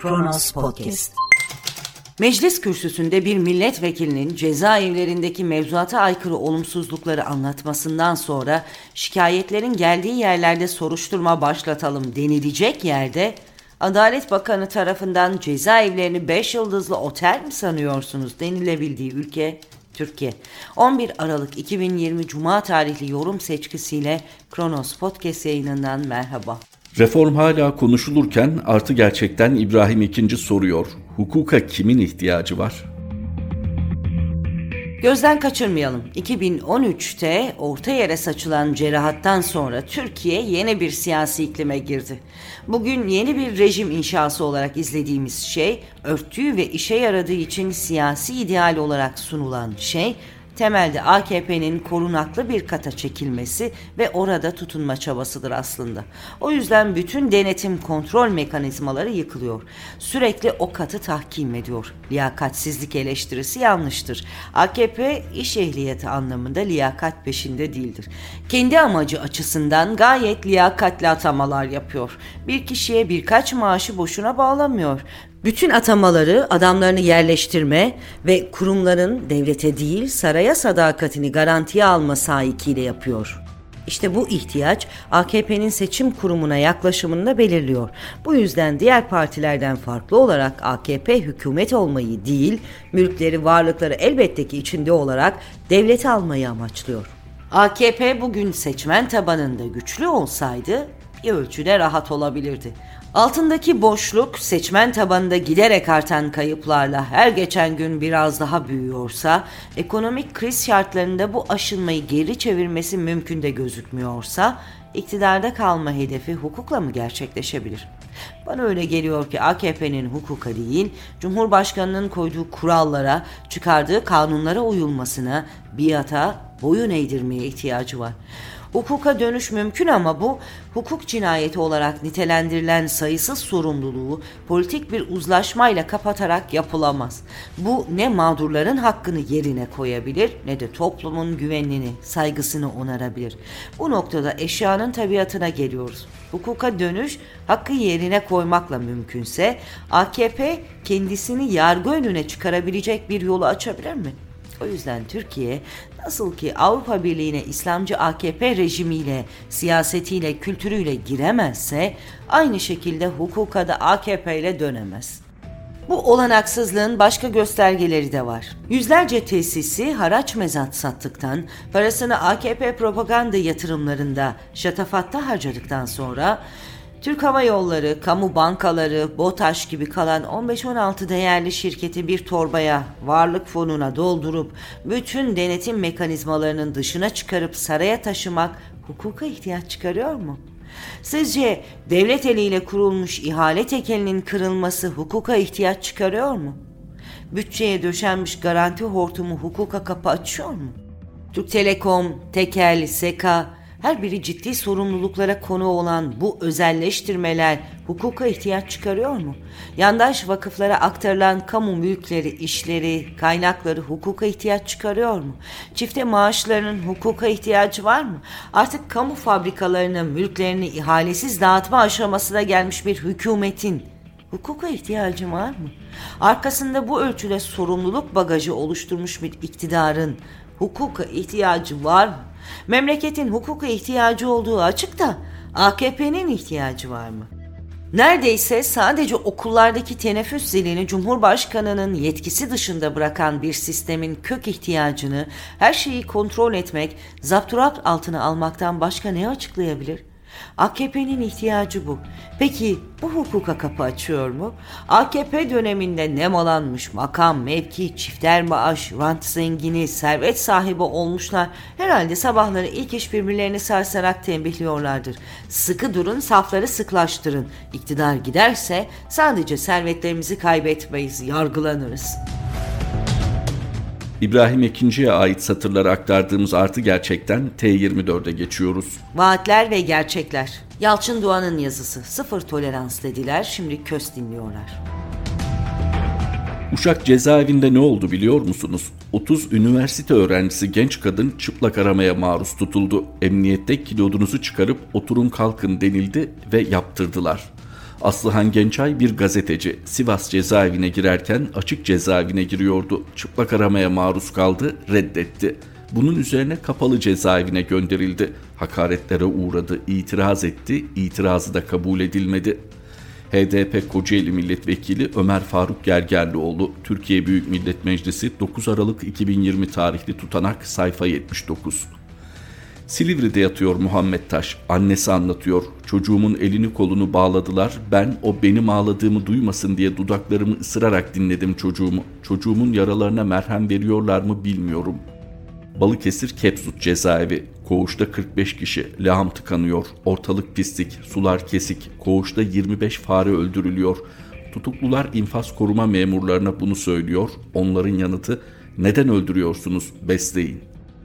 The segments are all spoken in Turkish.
Kronos Podcast. Meclis kürsüsünde bir milletvekilinin cezaevlerindeki mevzuata aykırı olumsuzlukları anlatmasından sonra şikayetlerin geldiği yerlerde soruşturma başlatalım denilecek yerde Adalet Bakanı tarafından cezaevlerini 5 yıldızlı otel mi sanıyorsunuz denilebildiği ülke Türkiye. 11 Aralık 2020 Cuma tarihli yorum seçkisiyle Kronos Podcast yayınından merhaba. Reform hala konuşulurken artı gerçekten İbrahim II soruyor. Hukuka kimin ihtiyacı var? Gözden kaçırmayalım. 2013'te orta yere saçılan cerahattan sonra Türkiye yeni bir siyasi iklime girdi. Bugün yeni bir rejim inşası olarak izlediğimiz şey, örttüğü ve işe yaradığı için siyasi ideal olarak sunulan şey, temelde AKP'nin korunaklı bir kata çekilmesi ve orada tutunma çabasıdır aslında. O yüzden bütün denetim kontrol mekanizmaları yıkılıyor. Sürekli o katı tahkim ediyor. Liyakatsizlik eleştirisi yanlıştır. AKP iş ehliyeti anlamında liyakat peşinde değildir. Kendi amacı açısından gayet liyakatli atamalar yapıyor. Bir kişiye birkaç maaşı boşuna bağlamıyor. Bütün atamaları adamlarını yerleştirme ve kurumların devlete değil saraya sadakatini garantiye alma sahikiyle yapıyor. İşte bu ihtiyaç AKP'nin seçim kurumuna yaklaşımını da belirliyor. Bu yüzden diğer partilerden farklı olarak AKP hükümet olmayı değil, mülkleri, varlıkları elbette ki içinde olarak devlete almayı amaçlıyor. AKP bugün seçmen tabanında güçlü olsaydı bir ölçüde rahat olabilirdi. Altındaki boşluk seçmen tabanında giderek artan kayıplarla her geçen gün biraz daha büyüyorsa, ekonomik kriz şartlarında bu aşınmayı geri çevirmesi mümkün de gözükmüyorsa, iktidarda kalma hedefi hukukla mı gerçekleşebilir? Bana öyle geliyor ki AKP'nin hukuka değil, Cumhurbaşkanı'nın koyduğu kurallara, çıkardığı kanunlara uyulmasına, biata boyun eğdirmeye ihtiyacı var. Hukuka dönüş mümkün ama bu hukuk cinayeti olarak nitelendirilen sayısız sorumluluğu politik bir uzlaşmayla kapatarak yapılamaz. Bu ne mağdurların hakkını yerine koyabilir ne de toplumun güvenini, saygısını onarabilir. Bu noktada eşyanın tabiatına geliyoruz. Hukuka dönüş hakkı yerine koymakla mümkünse AKP kendisini yargı önüne çıkarabilecek bir yolu açabilir mi? O yüzden Türkiye nasıl ki Avrupa Birliği'ne İslamcı AKP rejimiyle, siyasetiyle, kültürüyle giremezse aynı şekilde hukuka da AKP ile dönemez. Bu olanaksızlığın başka göstergeleri de var. Yüzlerce tesisi haraç mezat sattıktan, parasını AKP propaganda yatırımlarında şatafatta harcadıktan sonra Türk Hava Yolları, kamu bankaları, BOTAŞ gibi kalan 15-16 değerli şirketi bir torbaya, varlık fonuna doldurup bütün denetim mekanizmalarının dışına çıkarıp saraya taşımak hukuka ihtiyaç çıkarıyor mu? Sizce devlet eliyle kurulmuş ihale tekelinin kırılması hukuka ihtiyaç çıkarıyor mu? Bütçeye döşenmiş garanti hortumu hukuka kapı açıyor mu? Türk Telekom, Tekel, SEKA, her biri ciddi sorumluluklara konu olan bu özelleştirmeler hukuka ihtiyaç çıkarıyor mu? Yandaş vakıflara aktarılan kamu mülkleri, işleri, kaynakları hukuka ihtiyaç çıkarıyor mu? Çifte maaşlarının hukuka ihtiyacı var mı? Artık kamu fabrikalarının mülklerini ihalesiz dağıtma aşamasına gelmiş bir hükümetin hukuka ihtiyacı var mı? Arkasında bu ölçüde sorumluluk bagajı oluşturmuş bir iktidarın hukuka ihtiyacı var mı? Memleketin hukuka ihtiyacı olduğu açık da AKP'nin ihtiyacı var mı? Neredeyse sadece okullardaki teneffüs zilini Cumhurbaşkanı'nın yetkisi dışında bırakan bir sistemin kök ihtiyacını her şeyi kontrol etmek, zapturapt altına almaktan başka ne açıklayabilir? AKP'nin ihtiyacı bu. Peki bu hukuka kapı açıyor mu? AKP döneminde nemalanmış makam, mevki, çifter maaş, rant zengini, servet sahibi olmuşlar. Herhalde sabahları ilk iş birbirlerini sarsarak tembihliyorlardır. Sıkı durun, safları sıklaştırın. İktidar giderse sadece servetlerimizi kaybetmeyiz, yargılanırız. İbrahim ikinciye ait satırları aktardığımız artı gerçekten T24'e geçiyoruz. Vaatler ve gerçekler. Yalçın Doğan'ın yazısı. Sıfır tolerans dediler, şimdi kös dinliyorlar. Uşak cezaevinde ne oldu biliyor musunuz? 30 üniversite öğrencisi genç kadın çıplak aramaya maruz tutuldu. Emniyette kilodunuzu çıkarıp oturun kalkın denildi ve yaptırdılar. Aslıhan Gençay bir gazeteci. Sivas cezaevine girerken açık cezaevine giriyordu. Çıplak aramaya maruz kaldı, reddetti. Bunun üzerine kapalı cezaevine gönderildi. Hakaretlere uğradı, itiraz etti, itirazı da kabul edilmedi. HDP Kocaeli Milletvekili Ömer Faruk Gergerlioğlu, Türkiye Büyük Millet Meclisi 9 Aralık 2020 tarihli tutanak sayfa 79. Silivri'de yatıyor Muhammed Taş. Annesi anlatıyor. Çocuğumun elini kolunu bağladılar. Ben o benim ağladığımı duymasın diye dudaklarımı ısırarak dinledim çocuğumu. Çocuğumun yaralarına merhem veriyorlar mı bilmiyorum. Balıkesir Kepsut cezaevi. Koğuşta 45 kişi. Lağım tıkanıyor. Ortalık pislik. Sular kesik. Koğuşta 25 fare öldürülüyor. Tutuklular infaz koruma memurlarına bunu söylüyor. Onların yanıtı, neden öldürüyorsunuz? Besleyin.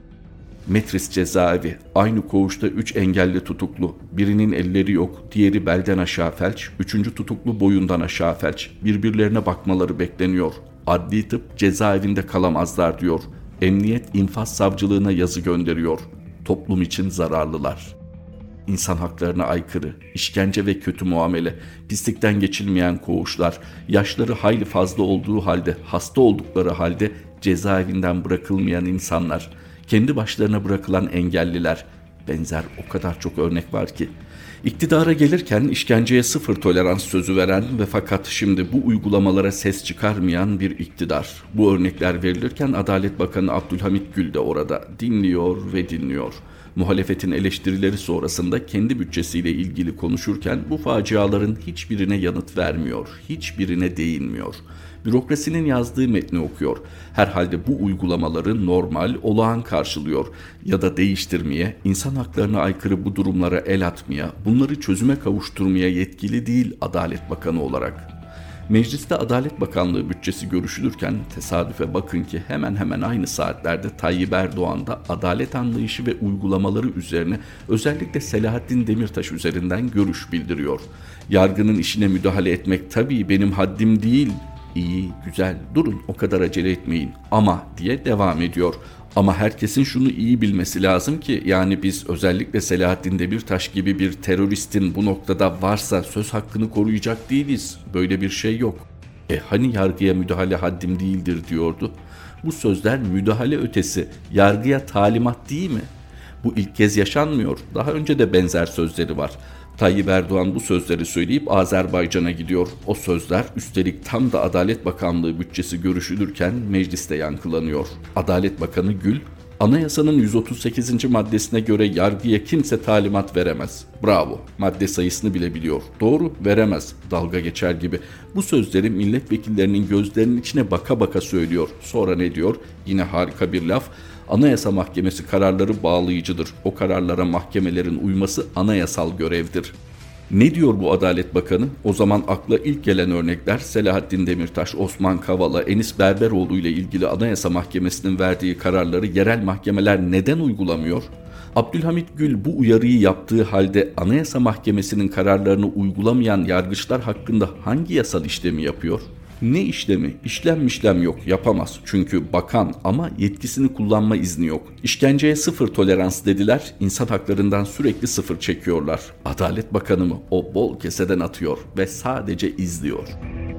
Metris cezaevi. Aynı koğuşta 3 engelli tutuklu. Birinin elleri yok, diğeri belden aşağı felç, 3. tutuklu boyundan aşağı felç. Birbirlerine bakmaları bekleniyor. Adli tıp cezaevinde kalamazlar diyor. Emniyet infaz savcılığına yazı gönderiyor. Toplum için zararlılar. İnsan haklarına aykırı, işkence ve kötü muamele, pislikten geçilmeyen koğuşlar, yaşları hayli fazla olduğu halde, hasta oldukları halde cezaevinden bırakılmayan insanlar, kendi başlarına bırakılan engelliler, benzer o kadar çok örnek var ki. İktidara gelirken işkenceye sıfır tolerans sözü veren ve fakat şimdi bu uygulamalara ses çıkarmayan bir iktidar. Bu örnekler verilirken Adalet Bakanı Abdülhamit Gül de orada dinliyor ve dinliyor. Muhalefetin eleştirileri sonrasında kendi bütçesiyle ilgili konuşurken bu faciaların hiçbirine yanıt vermiyor, hiçbirine değinmiyor. Bürokrasinin yazdığı metni okuyor. Herhalde bu uygulamaları normal, olağan karşılıyor ya da değiştirmeye, insan haklarına aykırı bu durumlara el atmaya, bunları çözüme kavuşturmaya yetkili değil Adalet Bakanı olarak. Mecliste Adalet Bakanlığı bütçesi görüşülürken tesadüfe bakın ki hemen aynı saatlerde Tayyip Erdoğan da adalet anlayışı ve uygulamaları üzerine özellikle Selahattin Demirtaş üzerinden görüş bildiriyor. Yargının işine müdahale etmek tabii benim haddim değil. İyi, güzel, durun o kadar acele etmeyin ama diye devam ediyor. Ama herkesin şunu iyi bilmesi lazım ki yani biz özellikle Selahattin Demirtaş gibi bir teröristin bu noktada varsa söz hakkını koruyacak değiliz. Böyle bir şey yok. Hani yargıya müdahale haddim değildir diyordu. Bu sözler müdahale ötesi, yargıya talimat değil mi? Bu ilk kez yaşanmıyor. Daha önce de benzer sözleri var. Tayyip Erdoğan bu sözleri söyleyip Azerbaycan'a gidiyor. O sözler üstelik tam da Adalet Bakanlığı bütçesi görüşülürken mecliste yankılanıyor. Adalet Bakanı Gül, anayasanın 138. maddesine göre yargıya kimse talimat veremez. Bravo, madde sayısını bile biliyor. Doğru, veremez. Dalga geçer gibi. Bu sözleri milletvekillerinin gözlerinin içine baka baka söylüyor. Sonra ne diyor? Yine harika bir laf. Anayasa Mahkemesi kararları bağlayıcıdır. O kararlara mahkemelerin uyması anayasal görevdir. Ne diyor bu Adalet Bakanı? O zaman akla ilk gelen örnekler Selahattin Demirtaş, Osman Kavala, Enis Berberoğlu ile ilgili Anayasa Mahkemesi'nin verdiği kararları yerel mahkemeler neden uygulamıyor? Abdülhamit Gül bu uyarıyı yaptığı halde Anayasa Mahkemesi'nin kararlarını uygulamayan yargıçlar hakkında hangi yasal işlemi yapıyor? Ne işlemi? İşlem yok, yapamaz. Çünkü bakan ama yetkisini kullanma izni yok. İşkenceye sıfır tolerans dediler, insan haklarından sürekli sıfır çekiyorlar. Adalet Bakanı mı? O bol keseden atıyor ve sadece izliyor.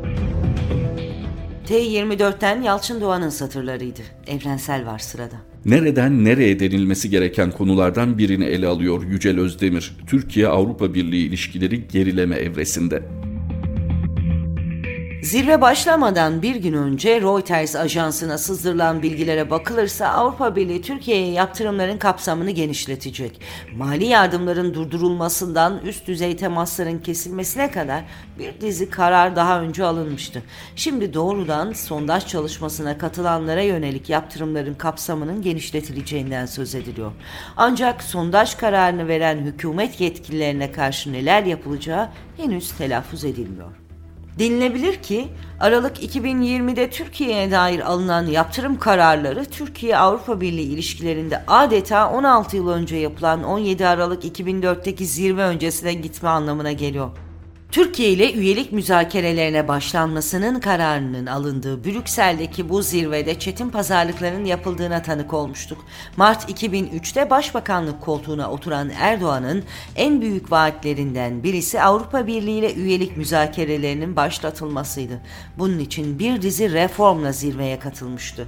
T24'ten Yalçın Doğan'ın satırlarıydı. Evrensel var sırada. Nereden nereye denilmesi gereken konulardan birini ele alıyor Yücel Özdemir. Türkiye-Avrupa Birliği ilişkileri gerileme evresinde. Zirve başlamadan bir gün önce Reuters ajansına sızdırılan bilgilere bakılırsa Avrupa Birliği Türkiye'ye yaptırımların kapsamını genişletecek. Mali yardımların durdurulmasından üst düzey temasların kesilmesine kadar bir dizi karar daha önce alınmıştı. Şimdi doğrudan sondaj çalışmasına katılanlara yönelik yaptırımların kapsamının genişletileceğinden söz ediliyor. Ancak sondaj kararını veren hükümet yetkililerine karşı neler yapılacağı henüz telaffuz edilmiyor. Denilebilir ki Aralık 2020'de Türkiye'ye dair alınan yaptırım kararları Türkiye-Avrupa Birliği ilişkilerinde adeta 16 yıl önce yapılan 17 Aralık 2004'teki zirve öncesine gitme anlamına geliyor. Türkiye ile üyelik müzakerelerine başlanmasının kararının alındığı Brüksel'deki bu zirvede çetin pazarlıkların yapıldığına tanık olmuştuk. Mart 2003'te başbakanlık koltuğuna oturan Erdoğan'ın en büyük vaatlerinden birisi Avrupa Birliği ile üyelik müzakerelerinin başlatılmasıydı. Bunun için bir dizi reformla zirveye katılmıştı.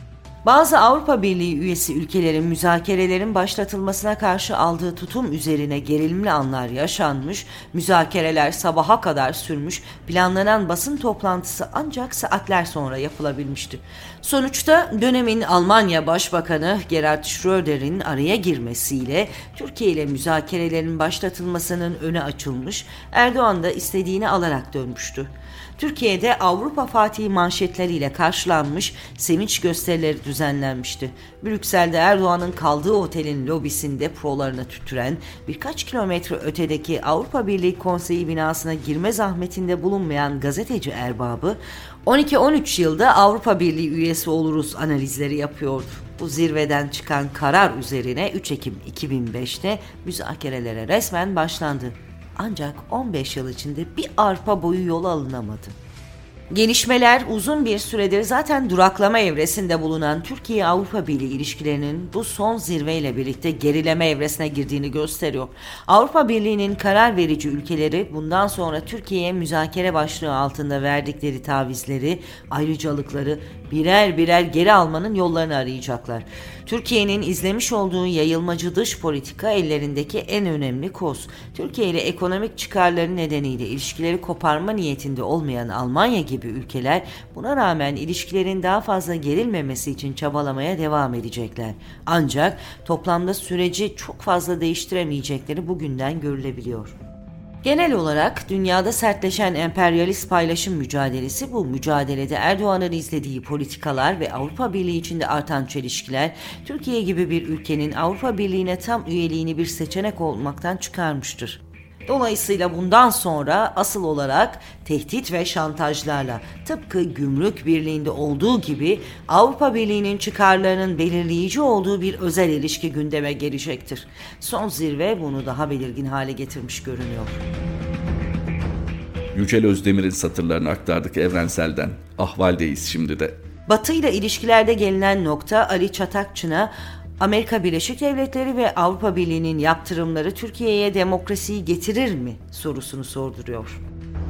Bazı Avrupa Birliği üyesi ülkelerin müzakerelerin başlatılmasına karşı aldığı tutum üzerine gerilimli anlar yaşanmış, müzakereler sabaha kadar sürmüş, planlanan basın toplantısı ancak saatler sonra yapılabilmişti. Sonuçta dönemin Almanya Başbakanı Gerhard Schröder'in araya girmesiyle Türkiye ile müzakerelerin başlatılmasının önü açılmış, Erdoğan da istediğini alarak dönmüştü. Türkiye'de Avrupa Fatihi manşetleriyle karşılanmış, sevinç gösterileri düzenlenmişti. Brüksel'de Erdoğan'ın kaldığı otelin lobisinde prolarını tüttüren, birkaç kilometre ötedeki Avrupa Birliği Konseyi binasına girme zahmetinde bulunmayan gazeteci erbabı, 12-13 yılda Avrupa Birliği üyesi oluruz analizleri yapıyordu. Bu zirveden çıkan karar üzerine 3 Ekim 2005'te müzakerelere resmen başlandı. Ancak 15 yıl içinde bir arpa boyu yol alınamadı. Gelişmeler uzun bir süredir zaten duraklama evresinde bulunan Türkiye-Avrupa Birliği ilişkilerinin bu son zirveyle birlikte gerileme evresine girdiğini gösteriyor. Avrupa Birliği'nin karar verici ülkeleri bundan sonra Türkiye'ye müzakere başlığı altında verdikleri tavizleri, ayrıcalıkları birer birer geri almanın yollarını arayacaklar. Türkiye'nin izlemiş olduğu yayılmacı dış politika ellerindeki en önemli koz. Türkiye ile ekonomik çıkarları nedeniyle ilişkileri koparma niyetinde olmayan Almanya gibi ülkeler buna rağmen ilişkilerin daha fazla gerilmemesi için çabalamaya devam edecekler. Ancak toplamda süreci çok fazla değiştiremeyecekleri bugünden görülebiliyor. Genel olarak dünyada sertleşen emperyalist paylaşım mücadelesi, bu mücadelede Erdoğan'ın izlediği politikalar ve Avrupa Birliği içinde artan çelişkiler, Türkiye gibi bir ülkenin Avrupa Birliği'ne tam üyeliğini bir seçenek olmaktan çıkarmıştır. Dolayısıyla bundan sonra asıl olarak tehdit ve şantajlarla, tıpkı Gümrük Birliği'nde olduğu gibi Avrupa Birliği'nin çıkarlarının belirleyici olduğu bir özel ilişki gündeme gelecektir. Son zirve bunu daha belirgin hale getirmiş görünüyor. Yücel Özdemir'in satırlarını aktardık Evrensel'den. Ahvaldeyiz şimdi de. Batı ile ilişkilerde gelinen nokta Ali Çatakçı'na Amerika Birleşik Devletleri ve Avrupa Birliği'nin yaptırımları Türkiye'ye demokrasiyi getirir mi sorusunu sorduruyor.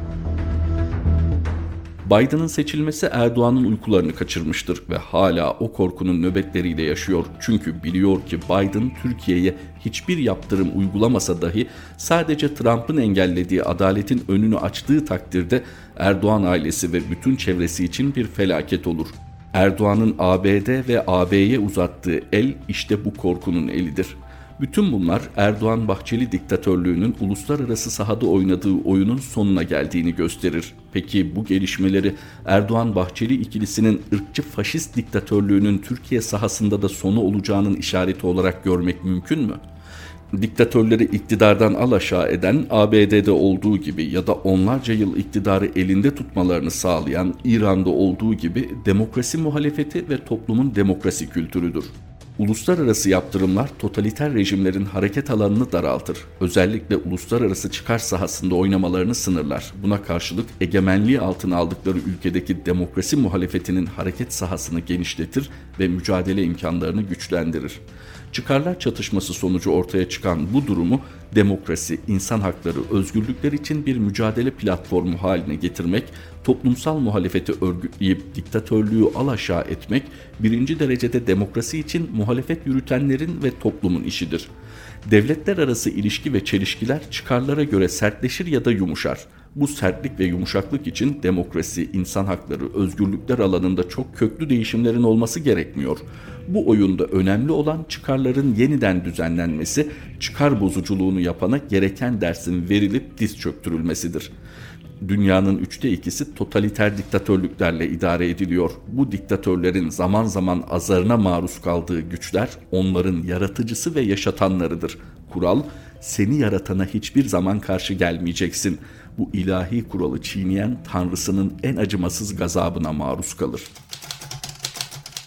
Biden'ın seçilmesi Erdoğan'ın uykularını kaçırmıştır ve hala o korkunun nöbetleriyle yaşıyor. Çünkü biliyor ki Biden Türkiye'ye hiçbir yaptırım uygulamasa dahi sadece Trump'ın engellediği adaletin önünü açtığı takdirde Erdoğan ailesi ve bütün çevresi için bir felaket olur. Erdoğan'ın ABD ve AB'ye uzattığı el işte bu korkunun elidir. Bütün bunlar Erdoğan-Bahçeli diktatörlüğünün uluslararası sahada oynadığı oyunun sonuna geldiğini gösterir. Peki bu gelişmeleri Erdoğan-Bahçeli ikilisinin ırkçı faşist diktatörlüğünün Türkiye sahasında da sonu olacağının işareti olarak görmek mümkün mü? Diktatörleri iktidardan alaşağı eden ABD'de olduğu gibi ya da onlarca yıl iktidarı elinde tutmalarını sağlayan İran'da olduğu gibi demokrasi muhalefeti ve toplumun demokrasi kültürüdür. Uluslararası yaptırımlar totaliter rejimlerin hareket alanını daraltır. Özellikle uluslararası çıkar sahasında oynamalarını sınırlar. Buna karşılık egemenliği altına aldıkları ülkedeki demokrasi muhalefetinin hareket sahasını genişletir ve mücadele imkanlarını güçlendirir. Çıkarlar çatışması sonucu ortaya çıkan bu durumu demokrasi, insan hakları, özgürlükler için bir mücadele platformu haline getirmek, toplumsal muhalefeti örgütleyip diktatörlüğü alaşağı etmek, birinci derecede demokrasi için muhalefet yürütenlerin ve toplumun işidir. Devletler arası ilişki ve çelişkiler çıkarlara göre sertleşir ya da yumuşar. Bu sertlik ve yumuşaklık için demokrasi, insan hakları, özgürlükler alanında çok köklü değişimlerin olması gerekmiyor. Bu oyunda önemli olan çıkarların yeniden düzenlenmesi, çıkar bozuculuğunu yapana gereken dersin verilip diz çöktürülmesidir. Dünyanın 2/3'ü totaliter diktatörlüklerle idare ediliyor. Bu diktatörlerin zaman zaman azarına maruz kaldığı güçler onların yaratıcısı ve yaşatanlarıdır. Kural, seni yaratana hiçbir zaman karşı gelmeyeceksin. Bu ilahi kuralı çiğneyen Tanrısının en acımasız gazabına maruz kalır.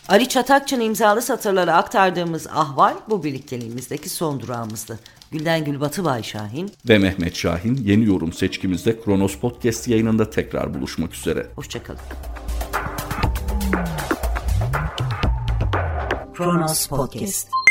Ali Çatakçı'nın imzalı satırlara aktardığımız ahval bu birlikteliğimizdeki son durağımızdı. Gülden Gül Batıbay Şahin ve Mehmet Şahin yeni yorum seçkimizde Kronos Podcast yayınında tekrar buluşmak üzere. Hoşçakalın. Kronos Podcast.